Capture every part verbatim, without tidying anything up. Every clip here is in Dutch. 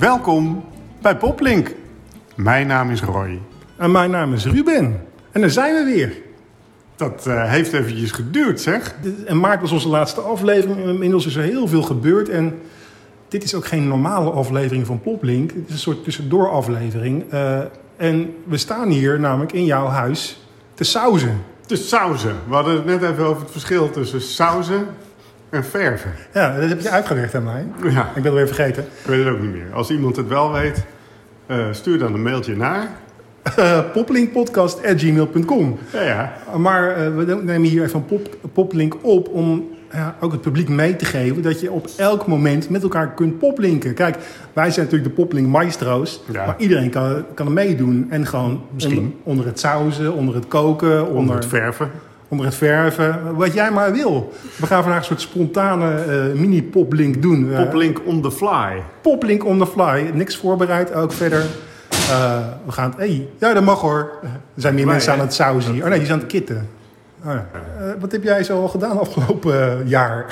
Welkom bij Poplink. Mijn naam is Roy. En mijn naam is Ruben. En daar zijn we weer. Dat uh, heeft eventjes geduurd, zeg. En maart was onze laatste aflevering. Inmiddels is er heel veel gebeurd. En dit is ook geen normale aflevering van Poplink. Het is een soort tussendoor aflevering. Uh, en we staan hier namelijk in jouw huis te sauzen. Te sauzen. We hadden het net even over het verschil tussen sauzen en verven. Ja, dat heb je uitgelegd aan mij. Ja. Ik ben het weer vergeten. Ik weet het ook niet meer. Als iemand het wel weet, uh, stuur dan een mailtje naar... Uh, poplinkpodcast at gmail dot com. Ja, ja. Maar uh, we nemen hier even een pop, Poplink op om uh, ook het publiek mee te geven dat je op elk moment met elkaar kunt poplinken. Kijk, wij zijn natuurlijk de Poplink maestro's, ja. Maar iedereen kan, kan er meedoen. En gewoon Misschien. Onder, onder het sauzen, onder het koken, onder, onder het verven. Onder het verven, wat jij maar wil. We gaan vandaag een soort spontane uh, mini-poplink doen. Poplink on the fly. Poplink on the fly. Niks voorbereid, ook verder. Uh, we gaan het... Hey, ja, dat mag hoor. Er zijn meer Wij, mensen hè? aan het sauzen hier. Oh nee, die zijn aan het kitten. Oh, ja. uh, wat heb jij zo al gedaan afgelopen uh, jaar?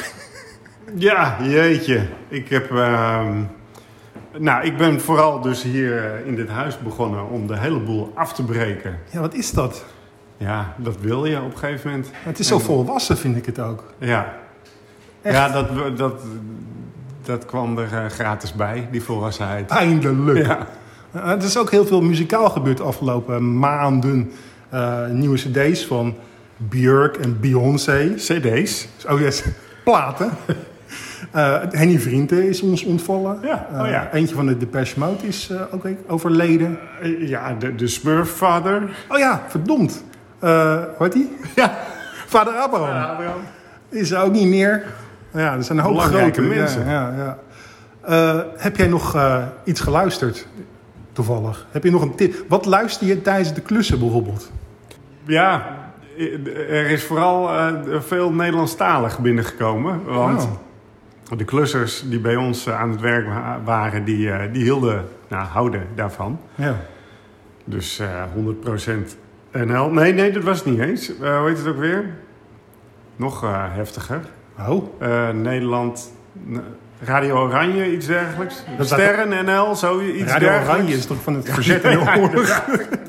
Ja, jeetje. Ik heb... Uh, nou, ik ben vooral dus hier uh, in dit huis begonnen om de hele boel af te breken. Ja, wat is dat? Ja, dat wil je op een gegeven moment. Het is zo volwassen, vind ik het ook. Ja. Echt? Ja, dat, dat, dat kwam er uh, gratis bij, die volwassenheid. Eindelijk. Ja. Uh, er is ook heel veel muzikaal gebeurd de afgelopen maanden. Uh, nieuwe cd's van Björk en Beyoncé. cd's? Oh yes, platen. Uh, Henny Vrienden is ons ontvallen. Ja, oh ja. Uh, eentje van de Depeche Mode is uh, ook overleden. Uh, ja, de, de Smurf-vader. Oh ja, verdomd. Uh, hoe heet die? Ja. Vader Abraham. Ja, Abraham. Is er ook niet meer. Ja, er zijn een hoop belangrijke grote mensen. Ja, ja, ja. Uh, heb jij nog uh, iets geluisterd? Toevallig. Heb je nog een tip? Wat luister je tijdens de klussen bijvoorbeeld? Ja, er is vooral uh, veel Nederlandstalig binnengekomen. Want oh. de klussers die bij ons aan het werk waren, die, uh, die hielden, nou, houden daarvan. Ja. Dus uh, honderd procent N L. Nee, nee, dat was het niet eens. Uh, hoe heet het ook weer? Nog uh, heftiger. Oh. Uh, Nederland... Radio Oranje, iets dergelijks. Dat Sterren N L, zo iets Radio dergelijks. Oranje is toch van het verzet in de oorlog?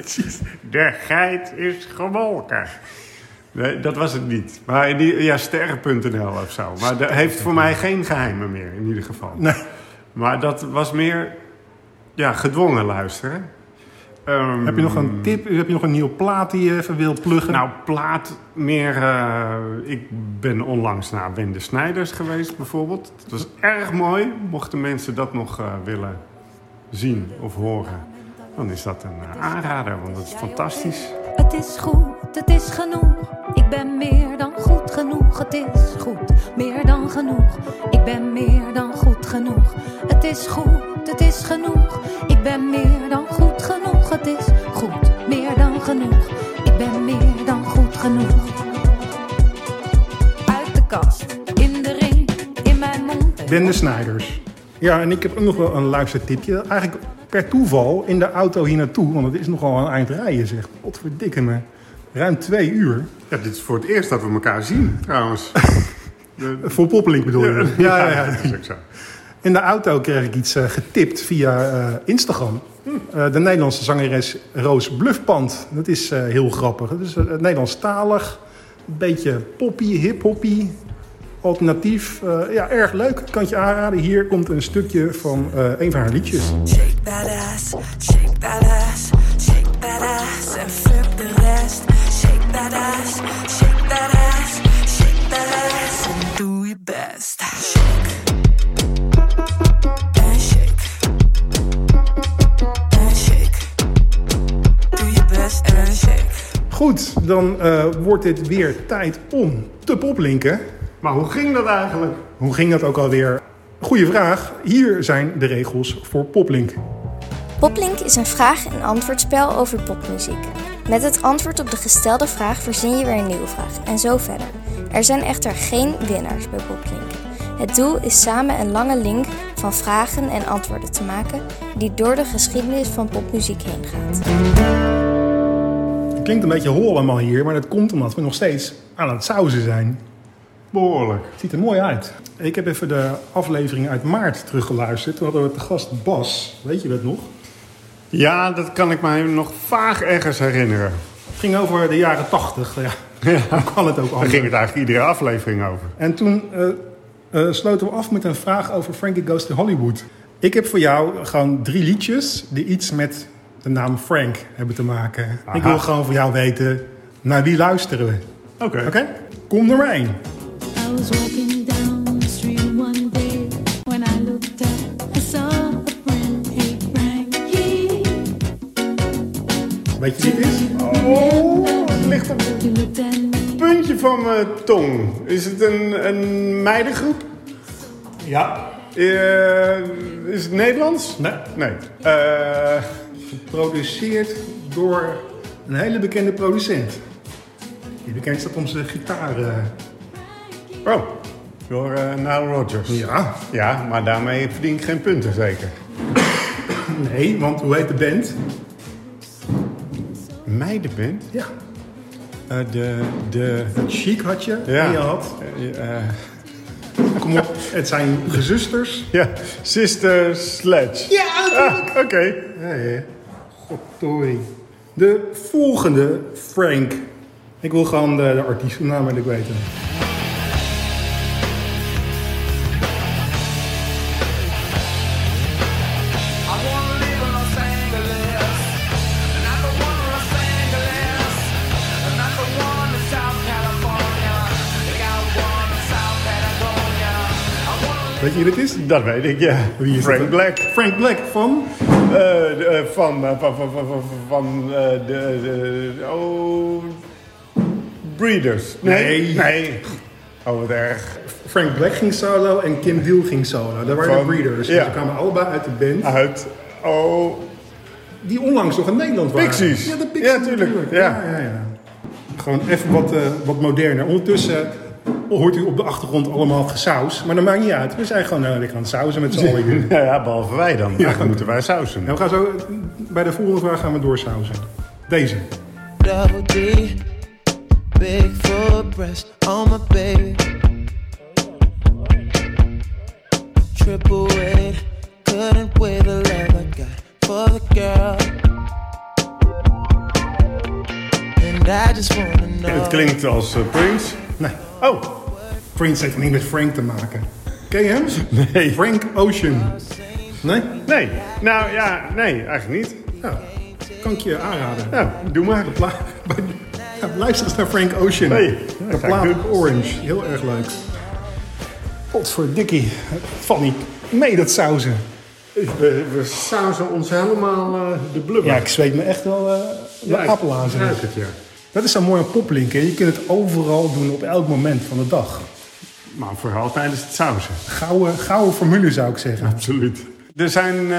De geit is gemolken. Nee, dat was het niet. Maar die, ja, sterren punt n l of zo. Maar dat heeft voor mij geen geheimen meer, in ieder geval. Nee. Maar dat was meer ja, gedwongen luisteren. Um, heb je nog een tip? Heb je nog een nieuwe plaat die je even wil pluggen? Nou, plaat meer... Uh, ik ben onlangs naar Wende Snijders geweest, bijvoorbeeld. Het was erg mooi. Mochten mensen dat nog uh, willen zien of horen, dan is dat een uh, aanrader, want het is fantastisch. Het is goed, het is genoeg. Ik ben meer dan goed genoeg. Het is goed, meer dan genoeg. Ik ben meer dan goed genoeg. Het is goed, het is genoeg. Ik ben meer dan goed genoeg. Het is goed, meer dan genoeg. Ik ben meer dan goed genoeg. Uit de kast, in de ring, in mijn mond. Wende Snijders. Ja, en ik heb ook nog wel een luistertipje. Eigenlijk per toeval in de auto hier naartoe. Want het is nogal een eind rijden, zeg. Godverdikke me. Ruim twee uur. Ja, dit is voor het eerst dat we elkaar zien, trouwens. De... Voor Poplink bedoel je? Ja, ja, ja, ja, dat is ook zo. In de auto kreeg ik iets uh, getipt via uh, Instagram. Uh, de Nederlandse zangeres Roos Bluffpand. Dat is uh, heel grappig. Het is uh, Nederlandstalig. Een beetje poppy, hip-hoppy. Alternatief. Uh, ja, erg leuk. Kan je aanraden. Hier komt een stukje van uh, een van haar liedjes. Shake that ass, shake that ass, shake that ass en fuck de rest. Shake that ass, shake that ass, shake that ass en doe je best. Shake en shake en shake. Doe je best en shake. Goed, dan uh, wordt het weer tijd om te poplinken. Maar hoe ging dat eigenlijk? Hoe ging dat ook alweer? Goeie vraag. Hier zijn de regels voor Poplink. Poplink is een vraag- en antwoordspel over popmuziek. Met het antwoord op de gestelde vraag verzin je weer een nieuwe vraag en zo verder. Er zijn echter geen winnaars bij Poplink. Het doel is samen een lange link van vragen en antwoorden te maken die door de geschiedenis van popmuziek heen gaat. Het klinkt een beetje hol allemaal hier, maar dat komt omdat we nog steeds aan het sauzen zijn. behoorlijk. Het ziet er mooi uit. Ik heb even de aflevering uit maart teruggeluisterd. Toen hadden we te gast Bas. Weet je dat nog? Ja, dat kan ik me nog vaag ergens herinneren. Het ging over de jaren tachtig. Ja, Ja. dan kan het ook Daar anders. ging het eigenlijk iedere aflevering over. En toen uh, uh, sloten we af met een vraag over Frankie Goes to Hollywood. Ik heb voor jou gewoon drie liedjes die iets met de naam Frank hebben te maken. Aha. Ik wil gewoon van jou weten, naar wie luisteren we? Oké. Oké? Okay? Kom nummer één. I was walking down the street one day. When I looked up, I saw a friend. Hey Frankie. Weet je wie het is? Oh, het ligt op You looked at me. het puntje van mijn tong. Is het een, een meidengroep? Ja. Uh, is het Nederlands? Nee. Nee. Uh, Geproduceerd door een hele bekende producent. Die bekend staat om zijn gitaar. Uh... oh, door uh, Nile Rodgers. Ja. Ja, maar daarmee verdien ik geen punten zeker. Nee, want hoe heet de band? Meidenband? Ja. Uh, de, de... Chic had je. Ja. En je had. Uh, uh, Kom op, het zijn gezusters. ja, Sister Sledge. Ja, Ah, oké. Okay. Ja, ja. Goddorie. De volgende Frank. Ik wil gewoon de, de artiestennaam wil ik weten. Weet je wie dit is? Dat weet ik, ja. Wie is Frank het? Black. Frank Black van? Uh, de, uh, van, uh, van, van, van, van, van uh, de, de, oh, Breeders. Nee. Nee. Oh, wat erg. Frank Black ging solo en Kim Deal ging solo. Dat waren Van- de Breeders. ja. Ze kwamen allebei uit de band. Uit, oh, Die onlangs nog in Nederland waren. Pixies. Ja, de Pixies. Ja, tuurlijk. natuurlijk. Ja. Ja, ja, ja. Gewoon even wat, uh, wat moderner. Ondertussen hoort u op de achtergrond allemaal gesaus. Maar dat maakt niet uit. We zijn gewoon uh, lekker aan het sausen met z'n allen hier. ja, ja, behalve wij dan. Eigenlijk moeten wij sausen. En we gaan zo, bij de volgende vraag gaan we doorsausen. Deze. Double D, big full breast on my baby. Triple weight, couldn't weigh the love I got for the girl. And I just wanna know. Het klinkt als uh, Prince. Nee. Oh, Prince heeft niet met Frank te maken. Ken je hem? nee. Frank Ocean. Nee? Nee. Nou ja, nee, eigenlijk niet. Ja. Kan ik je aanraden. Nou, doe maar. Pla- bij- ja, luister eens naar Frank Ocean. Nee, de dat ga ik plaat doen. Orange. Heel erg leuk. Potverdikkie. Het valt niet mee, dat sauzen. We, we sausen ons helemaal uh, de blubber. Ja, ik zweet me echt wel uh, de Ja, ik appel aan. zeg. ruik het, ja. Dat is zo mooi aan poplink. Hè? Je kunt het overal doen op elk moment van de dag. Maar vooral tijdens het sausen. Gouden, gouden formule zou ik zeggen. Absoluut. Er zijn uh,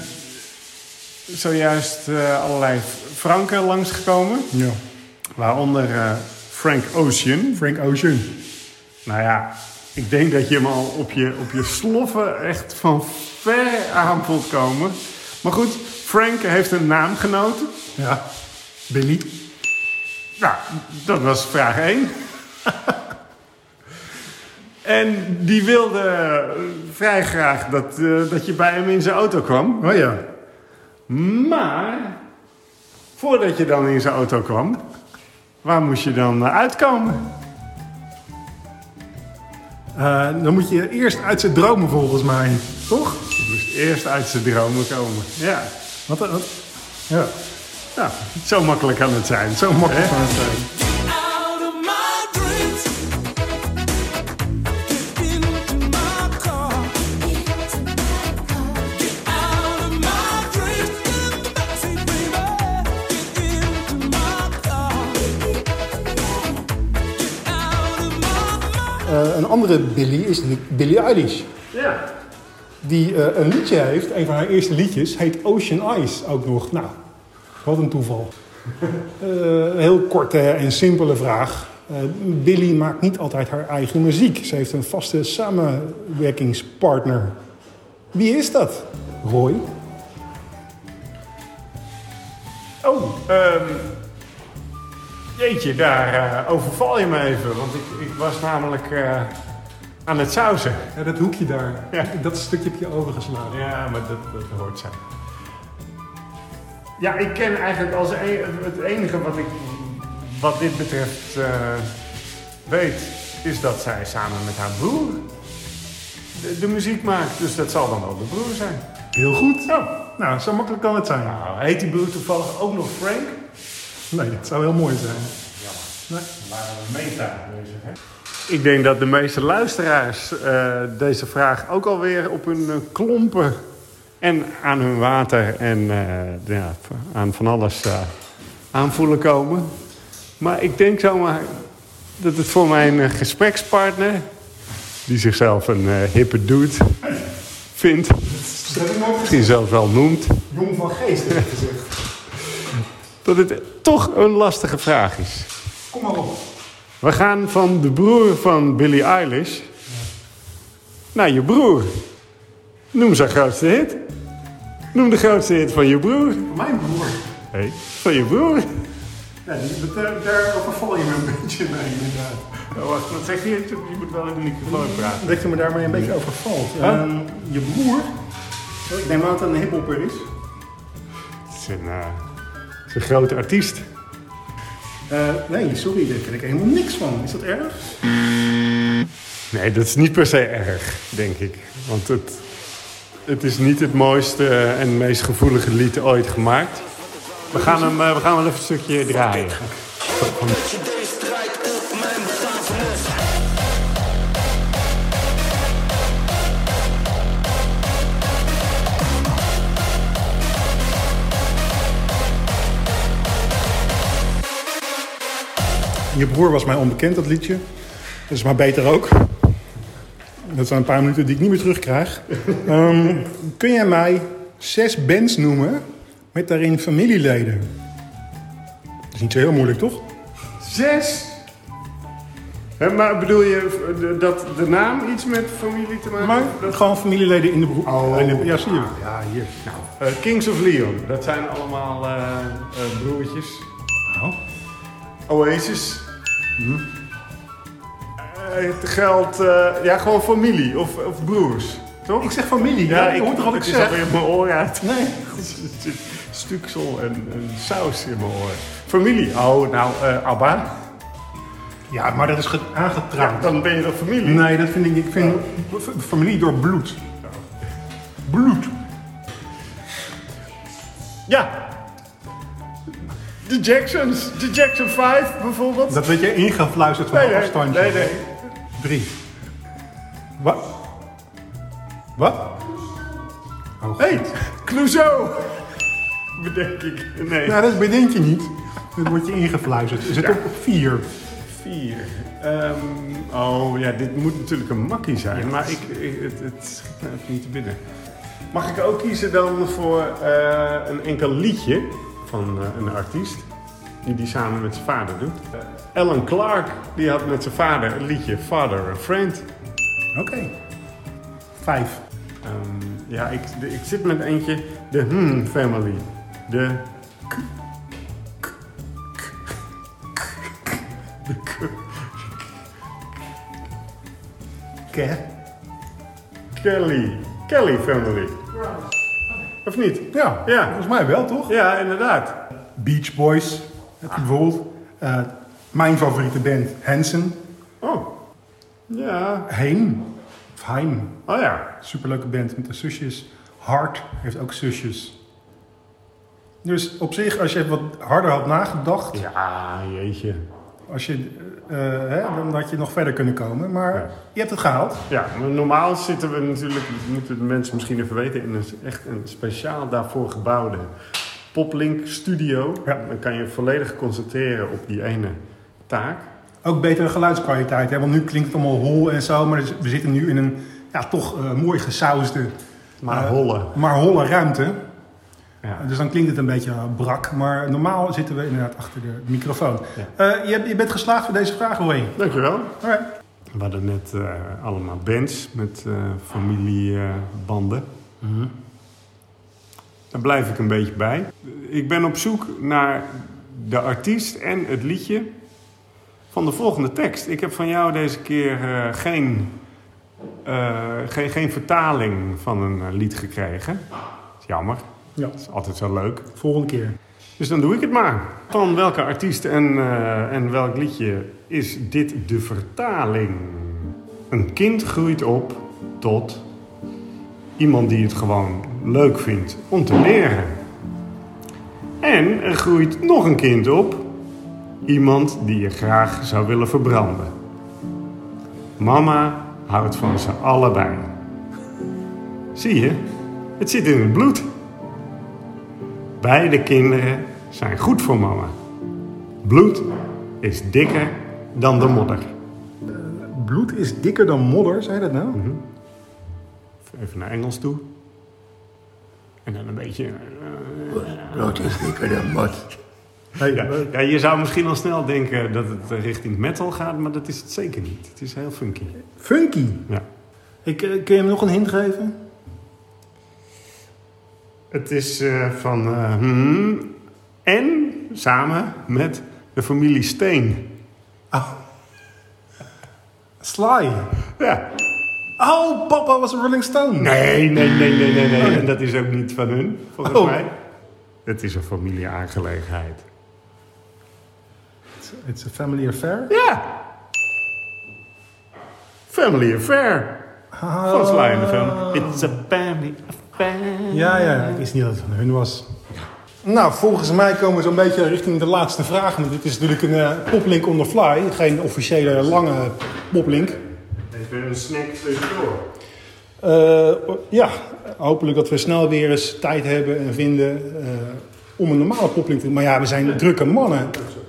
zojuist uh, allerlei Franken langsgekomen. Ja. Waaronder uh, Frank Ocean. Frank Ocean. Nou ja, ik denk dat je hem al op je, op je sloffen echt van ver aan voelt komen. Maar goed, Frank heeft een naamgenoot. Ja. Billy. Nou, dat was vraag één. En die wilde vrij graag dat, uh, dat je bij hem in zijn auto kwam. Oh ja. Maar, voordat je dan in zijn auto kwam, waar moest je dan uh, uitkomen? Uh, dan moet je eerst uit zijn dromen volgens mij. Toch? Je moest eerst uit zijn dromen komen. Ja, Wat, wat? Ja. nou, zo makkelijk kan het zijn. Zo makkelijk Hè? kan het zijn. Out of my dreams, get into my car. Get out of my dreams, get in the backseat, baby. Get into my car. Get out of my mind. Uh, een andere Billy is natuurlijk Billie Eilish. Ja. Die uh, een liedje heeft, een van haar eerste liedjes, heet Ocean Eyes ook nog. Nou, wat een toeval. Uh, een heel korte en simpele vraag. Uh, Billie maakt niet altijd haar eigen muziek. Ze heeft een vaste samenwerkingspartner. Wie is dat? Roy? Oh, um, Jeetje, daar uh, overval je me even. Want ik, ik was namelijk uh, aan het sausen. Ja, dat hoekje daar, Ja. dat stukje heb je overgeslagen. Ja, maar dat, dat hoort zijn. Ja, ik ken eigenlijk als een, het enige wat ik wat dit betreft uh, weet, is dat zij samen met haar broer de, de muziek maakt. Dus dat zal dan wel de broer zijn. Heel goed. Oh. Nou, zo makkelijk kan het zijn. Nou, heet die broer toevallig ook nog Frank? Nee, dat zou heel mooi zijn. Nee. Dan waren we meta bezig, hè? Ik denk dat de meeste luisteraars uh, deze vraag ook alweer op hun uh, klompen en aan hun water en uh, ja, aan van alles uh, aanvoelen komen. Maar ik denk zomaar dat het voor mijn uh, gesprekspartner, die zichzelf een uh, hippe dude vindt, Dat heb ik nooit misschien zelfs wel noemt, jong van geest, heb ik gezegd. dat het toch een lastige vraag is. Kom maar op. We gaan van de broer van Billie Eilish naar je broer. Noem zijn grootste hit. Noem de grootste hit van je broer. Mijn broer. Hey, van je broer. Ja, die, daar, daar overval je me een beetje mee, inderdaad. Oh, wacht, wat zeg je? Je moet wel in de microfoon praten. Dat je me daarmee een beetje overvalt. Huh? Ehm, je broer, ik neem aan dat het een hiphopper is. Het is een, uh, het is een grote artiest. Uh, nee, sorry, daar ken ik helemaal niks van. Is dat erg? Nee, dat is niet per se erg, denk ik. Want het, het is niet het mooiste en meest gevoelige lied ooit gemaakt. We gaan hem uh, we gaan wel even een stukje draaien. Je broer was mij onbekend, dat liedje. Dat is maar beter ook. Dat zijn een paar minuten die ik niet meer terugkrijg. um, kun jij mij zes bands noemen met daarin familieleden? Dat is niet zo heel moeilijk, toch? Zes? Hè, maar bedoel je de- dat de naam iets met familie te maken Maar heeft? Dat- gewoon familieleden in de broer. Oh. in de- ja, zie je. Ja, hier. Nou, uh, Kings of Leon. Dat zijn allemaal uh, uh, broertjes. Oh. Oasis. Uh, het geldt, uh, ja, gewoon familie of, of broers. Toch? Ik zeg familie, ja, je hoort toch wat ik het is zeg? alweer mijn oor uit. Nee. Er zit stuksel en, en saus in mijn oor. Familie. Oh, nou, uh, Abba. Ja, maar dat is ge- Ja, aangetrouwd. dan ben je toch familie? Nee, dat vind ik. Ik vind f- familie door bloed. Bloed. Ja. De Jacksons. De Jackson vijf bijvoorbeeld. Dat werd je ingefluisterd van nee, een nee, afstandje. nee, nee. Drie. Wat? Wat? Oh, Hey, Clouseau. Bedenk ik. Nee. Nou, dat bedenk je niet. Dat wordt je ingefluisterd. Is het Ja. op vier? Vier. Ehm, oh ja, dit moet natuurlijk een makkie zijn, maar ik, ik, het, het schiet me even niet te binnen. Mag ik ook kiezen dan voor uh, een enkel liedje van uh, een artiest die die samen met zijn vader doet? Uh, Alan Clark, die had met zijn vader een liedje Father a Friend. Oké. Okay. Vijf. Um, ja, ik, de, ik zit met eentje, de Hmm Family. De K. K. K. De K. Ke. Kelly. Kelly Family. Of niet? Ja, Ja. volgens mij wel, toch? Ja, inderdaad. Beach Boys. Heb je bijvoorbeeld. Uh, mijn favoriete band, Hanson. Oh. Ja. Heem. Of Heim. Oh ja. Superleuke band met de zusjes. Hart heeft ook zusjes. Dus op zich, als je wat harder had nagedacht, Ja, jeetje. als je, uh, hè, dan had je nog verder kunnen komen. Maar Ja. je hebt het gehaald. Ja, maar normaal zitten we natuurlijk, dat moeten de mensen misschien even weten, in een, echt een speciaal daarvoor gebouwde Poplink studio. Ja. Dan kan je volledig concentreren op die ene taak. Ook betere geluidskwaliteit, hè? Want nu klinkt het allemaal hol en zo. Maar dus we zitten nu in een ja, toch uh, mooi gesausde, Maar uh, holle. maar holle ruimte. Ja. Dus dan klinkt het een beetje uh, brak. Maar normaal zitten we inderdaad achter de microfoon. Uh, je, je bent geslaagd voor deze vraag, Roy. Dankjewel. Alright. We hadden net uh, allemaal bands met uh, familiebanden. Mm-hmm. Daar blijf ik een beetje bij. Ik ben op zoek naar de artiest en het liedje van de volgende tekst. Ik heb van jou deze keer uh, geen, uh, geen, geen vertaling van een uh, lied gekregen. Dat is jammer. Ja. Dat is altijd zo leuk. Volgende keer. Dus dan doe ik het maar. Van welke artiest en, uh, en welk liedje is dit de vertaling? Een kind groeit op tot iemand die het gewoon leuk vindt om te leren. En er groeit nog een kind op. Iemand die je graag zou willen verbranden. Mama houdt van ze allebei. Zie je, het zit in het bloed. Beide kinderen zijn goed voor mama. Bloed is dikker dan de modder. Bloed is dikker dan modder, zei je dat nou? Mm-hmm. Even naar Engels toe. En dan een beetje... Uh, Bloed is dikker dan modder. Hey, ja, uh, ja, je zou misschien al snel denken dat het richting metal gaat, maar dat is het zeker niet. Het is heel funky. Funky. Ja. Ik, uh, kun je hem nog een hint geven? Het is uh, van... Uh, hmm, en samen met de familie Steen. Oh. Sly. Ja. Oh, papa was een Rolling Stone. Nee, nee, nee, nee, nee, nee. En dat is ook niet van hun, volgens Oh. mij. Het is een familieaangelegenheid. It's a family affair? Ja. Family Affair. Ah. Van Sly and the Family. It's a family affair. Ja, ja, ik wist niet dat het van hun was. Nou, volgens mij komen we zo'n beetje richting de laatste vraag. Want dit is natuurlijk een uh, poplink on the fly. Geen officiële lange poplink. Even een snack tussendoor. Uh, ja, hopelijk dat we snel weer eens tijd hebben en vinden uh, om een normale poplink te doen. Maar ja, we zijn drukke mannen.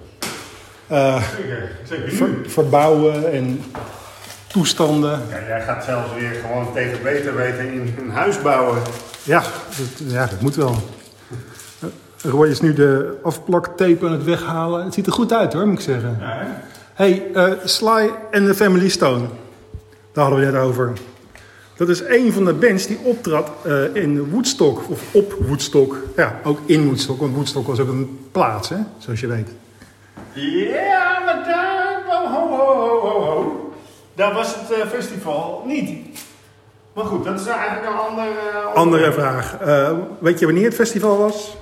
Uh, Zeker, zeker. ver- verbouwen en toestanden. Ja, jij gaat zelfs weer gewoon tegen beter weten in een huis bouwen. Ja, dat, ja, dat moet wel. Uh, Roy is nu de afplaktape aan het weghalen. Het ziet er goed uit hoor, moet ik zeggen. Ja, hè? Hey, uh, Sly and the Family Stone. Daar hadden we het net over. Dat is een van de bands die optrad uh, in Woodstock. Of op Woodstock. Ja, ook in Woodstock. Want Woodstock was ook een plaats, hè? Zoals je weet. Ja, maar daar... Ho, ho, ho, ho, ho. Daar was het uh, festival niet. Maar goed, dat is eigenlijk een ander... Uh, Andere vraag. Uh, weet je wanneer het festival was?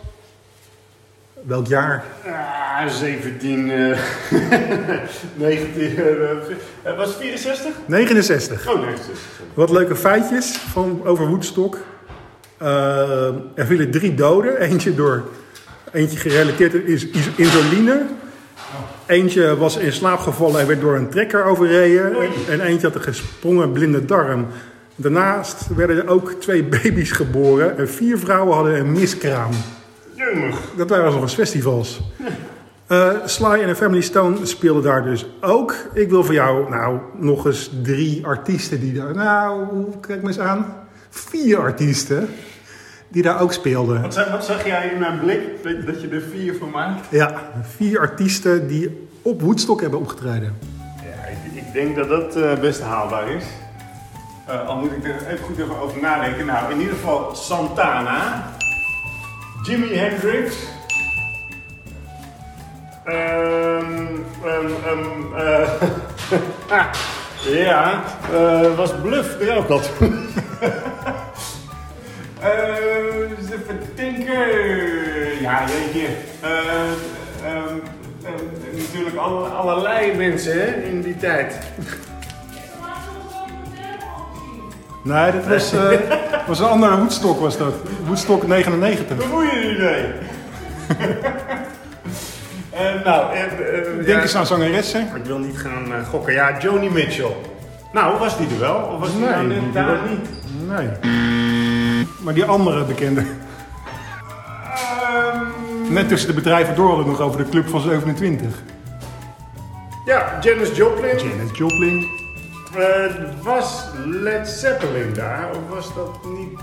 Welk jaar? Ah, zeventien... Uh, negentien... Uh, was het vierenzestig? negenenzestig. Oh, negenenzestig. Wat leuke feitjes van, over Woodstock. Uh, er vielen drie doden. Eentje door... Eentje gerelateerd is is insuline. Eentje was in slaap gevallen en werd door een trekker overreden. En eentje had een gesprongen blinde darm. Daarnaast werden er ook twee baby's geboren. En vier vrouwen hadden een miskraam. Jumig. Dat waren nog eens festivals. Uh, Sly and the Family Stone speelden daar dus ook. Ik wil voor jou nou nog eens drie artiesten die daar... Nou, kijk maar eens aan. Vier artiesten die daar ook speelden. Wat, zag- wat zag jij in mijn blik? Dat, dat je er vier van maakt? Ja, vier artiesten die op Woodstock hebben opgetreden. Ja, ik, ik denk dat dat uh, best haalbaar is. Uh, al moet ik er even goed even over nadenken. Nou, in ieder geval Santana. Jimi Hendrix. Um, um, um, uh, ja, uh, was Bluff er ook al toen? Uh, eens even denken. Ja, jeetje. Uh, um, um, natuurlijk alle, allerlei mensen hè, in die tijd. Nee, dat was, uh, was een andere Woodstock was dat. Woodstock negenennegentig. Bemoeien idee. uh, nou, uh, uh, Denk ja, eens aan zangeressen. ik wil niet gaan uh, gokken. Ja, Joni Mitchell. Nou, was die er wel? Of was die nou net die daar wa- niet? Nee. Maar die andere bekende. Um, Net tussen de bedrijven door hadden we het nog over de Club van zevenentwintig. ja, Janis Joplin. Janis Joplin. Uh, was Led Zeppelin daar? Of was dat niet...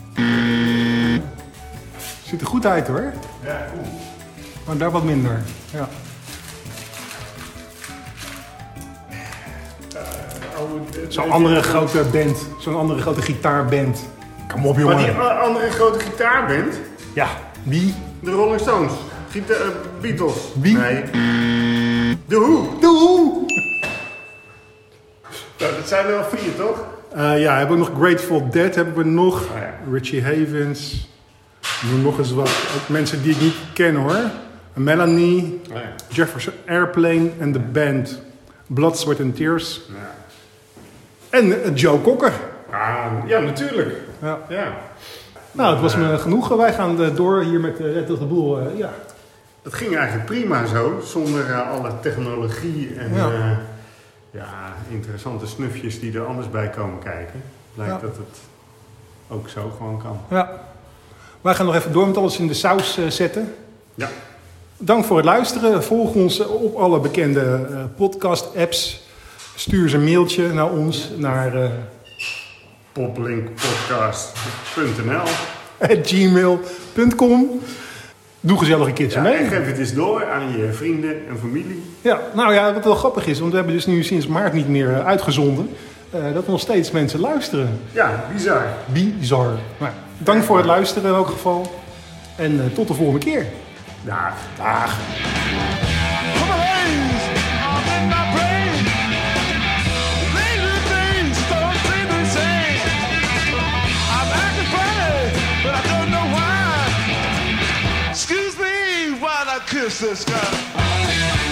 Ziet er goed uit hoor. Ja, cool. Maar daar wat minder. Ja. Zo'n andere grote band. Zo'n andere grote gitaarband. Kom op Maar die jongen. a- andere grote gitaarband, Ja, wie? de Rolling Stones. Gita- uh, Beatles. Wie? Nee. De Who. De Who! Nou, dat zijn er wel vier, toch? Uh, ja, hebben we nog Grateful Dead hebben we nog. Oh, ja. Richie Havens. Noem nog eens wat. Ook mensen die ik niet ken hoor. Melanie. Oh, ja. Jefferson Airplane en de band Blood, Sweat and Tears. Ja. En uh, Joe Cocker. Ah, ja, natuurlijk. Ja. Ja. Nou, het was me genoegen. Wij gaan uh, door hier met uh, Red de Boel. Uh, ja. Het ging eigenlijk prima zo, zonder uh, alle technologie en Ja. ja. Uh, ja, interessante snufjes die er anders bij komen kijken. Blijkt Ja. dat het ook zo gewoon kan. ja. Wij gaan nog even door met alles in de saus uh, zetten. Ja. Dank voor het luisteren. Volg ons op alle bekende uh, podcast-apps. Stuur eens een mailtje naar ons, naar uh, Poplinkpodcast punt n l gmail punt com. Doe gezellig een keertje Ja, mee. en geef het eens door aan je vrienden en familie. Ja, nou ja, wat wel grappig is, want we hebben dus nu sinds maart niet meer uh, uitgezonden. Uh, dat nog steeds mensen luisteren. Ja, bizar. Bizar. Nou, dank voor het luisteren in elk geval. En uh, tot de volgende keer. Dag. Dag. Excuse me while I kiss this guy.